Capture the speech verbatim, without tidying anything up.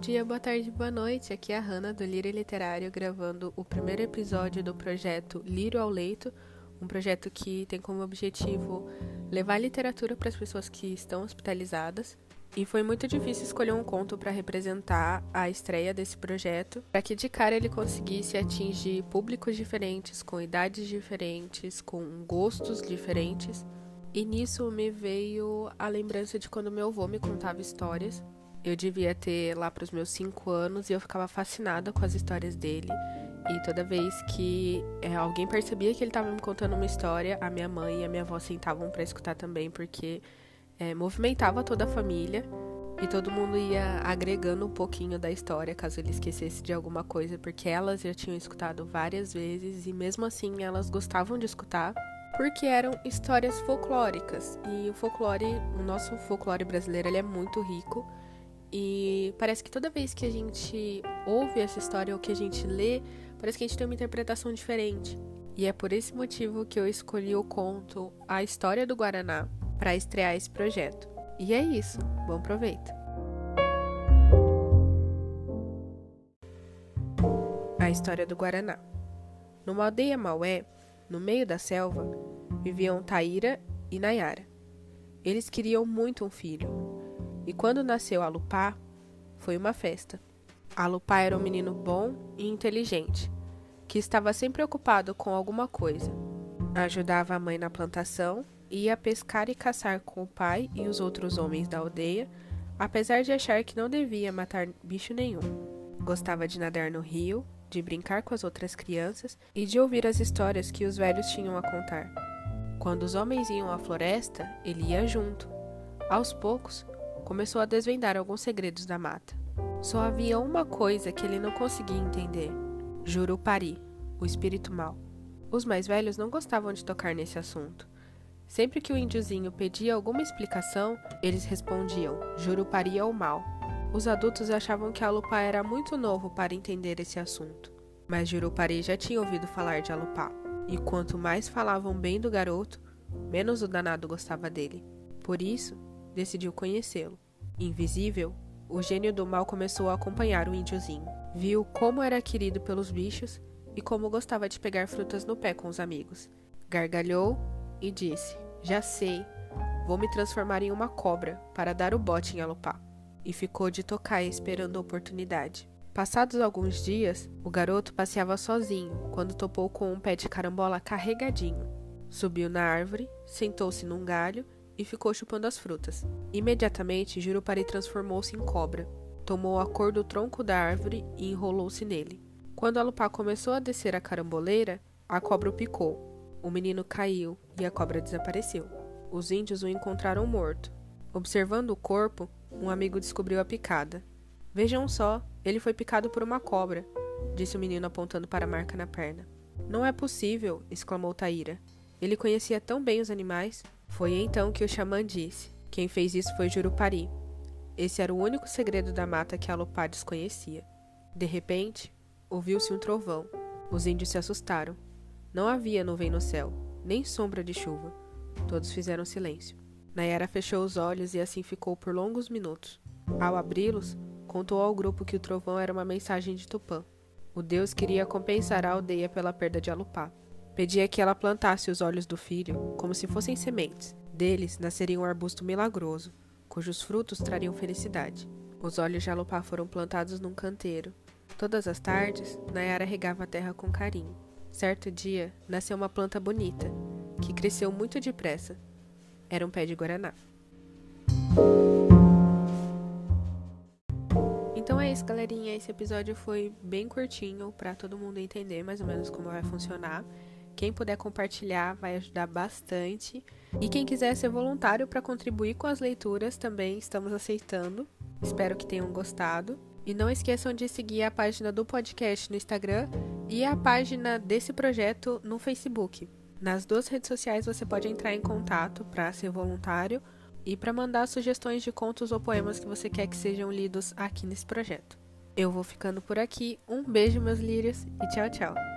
dia, boa tarde, boa noite. Aqui é a Hannah do Lírio Literário gravando o primeiro episódio do projeto Lírio ao Leito, um projeto que tem como objetivo levar literatura para as pessoas que estão hospitalizadas. E foi muito difícil escolher um conto para representar a estreia desse projeto, para que de cara ele conseguisse atingir públicos diferentes, com idades diferentes, com gostos diferentes. E nisso me veio a lembrança de quando meu avô me contava histórias. Eu devia ter lá para os meus cinco anos e eu ficava fascinada com as histórias dele. E toda vez que é, alguém percebia que ele estava me contando uma história, a minha mãe e a minha avó sentavam para escutar também, porque é, movimentava toda a família e todo mundo ia agregando um pouquinho da história, caso ele esquecesse de alguma coisa, porque elas já tinham escutado várias vezes e mesmo assim elas gostavam de escutar, porque eram histórias folclóricas. E o folclore, o nosso folclore brasileiro, ele é muito rico. E parece que toda vez que a gente ouve essa história ou que a gente lê, parece que a gente tem uma interpretação diferente. E é por esse motivo que eu escolhi o conto A História do Guaraná para estrear esse projeto. E é isso, bom proveito! A História do Guaraná. Numa aldeia Maué, no meio da selva, viviam Taíra e Nayara. Eles queriam muito um filho. E quando nasceu Alupá, foi uma festa. Alupá era um menino bom e inteligente, que estava sempre ocupado com alguma coisa. Ajudava a mãe na plantação, ia pescar e caçar com o pai e os outros homens da aldeia, apesar de achar que não devia matar bicho nenhum. Gostava de nadar no rio, de brincar com as outras crianças e de ouvir as histórias que os velhos tinham a contar. Quando os homens iam à floresta, ele ia junto. Aos poucos, começou a desvendar alguns segredos da mata. Só havia uma coisa que ele não conseguia entender: Jurupari, o espírito mau. Os mais velhos não gostavam de tocar nesse assunto. Sempre que o índiozinho pedia alguma explicação, eles respondiam: Jurupari é o mal. Os adultos achavam que Alupá era muito novo para entender esse assunto. Mas Jurupari já tinha ouvido falar de Alupá. E quanto mais falavam bem do garoto, menos o danado gostava dele. Por isso, decidiu conhecê-lo. Invisível, o gênio do mal começou a acompanhar o índiozinho. Viu como era querido pelos bichos e como gostava de pegar frutas no pé com os amigos. Gargalhou e disse: Já sei, vou me transformar em uma cobra para dar o bote em Alupá. E ficou de tocaia esperando a oportunidade. Passados alguns dias, o garoto passeava sozinho quando topou com um pé de carambola carregadinho. Subiu na árvore, sentou-se num galho e ficou chupando as frutas. Imediatamente, Jurupari transformou-se em cobra. Tomou a cor do tronco da árvore e enrolou-se nele. Quando Alupá começou a descer a caramboleira, a cobra o picou. O menino caiu e a cobra desapareceu. Os índios o encontraram morto. Observando o corpo, um amigo descobriu a picada. Vejam só, ele foi picado por uma cobra, disse o menino apontando para a marca na perna. Não é possível, exclamou Taíra. Ele conhecia tão bem os animais. Foi então que o xamã disse: Quem fez isso foi Jurupari. Esse era o único segredo da mata que Alupá desconhecia. De repente, ouviu-se um trovão. Os índios se assustaram. Não havia nuvem no céu, nem sombra de chuva. Todos fizeram silêncio. Nayara fechou os olhos e assim ficou por longos minutos. Ao abri-los, contou ao grupo que o trovão era uma mensagem de Tupã. O deus queria compensar a aldeia pela perda de Alupá. Pedia que ela plantasse os olhos do filho como se fossem sementes. Deles nasceria um arbusto milagroso, cujos frutos trariam felicidade. Os olhos de Alupá foram plantados num canteiro. Todas as tardes, Nayara regava a terra com carinho. Certo dia, nasceu uma planta bonita, que cresceu muito depressa. Era um pé de guaraná. Então é isso, galerinha. Esse episódio foi bem curtinho para todo mundo entender mais ou menos como vai funcionar. Quem puder compartilhar vai ajudar bastante. E quem quiser ser voluntário para contribuir com as leituras também estamos aceitando. Espero que tenham gostado. E não esqueçam de seguir a página do podcast no Instagram e a página desse projeto no Facebook. Nas duas redes sociais você pode entrar em contato para ser voluntário e para mandar sugestões de contos ou poemas que você quer que sejam lidos aqui nesse projeto. Eu vou ficando por aqui. Um beijo, meus lírios, e tchau, tchau!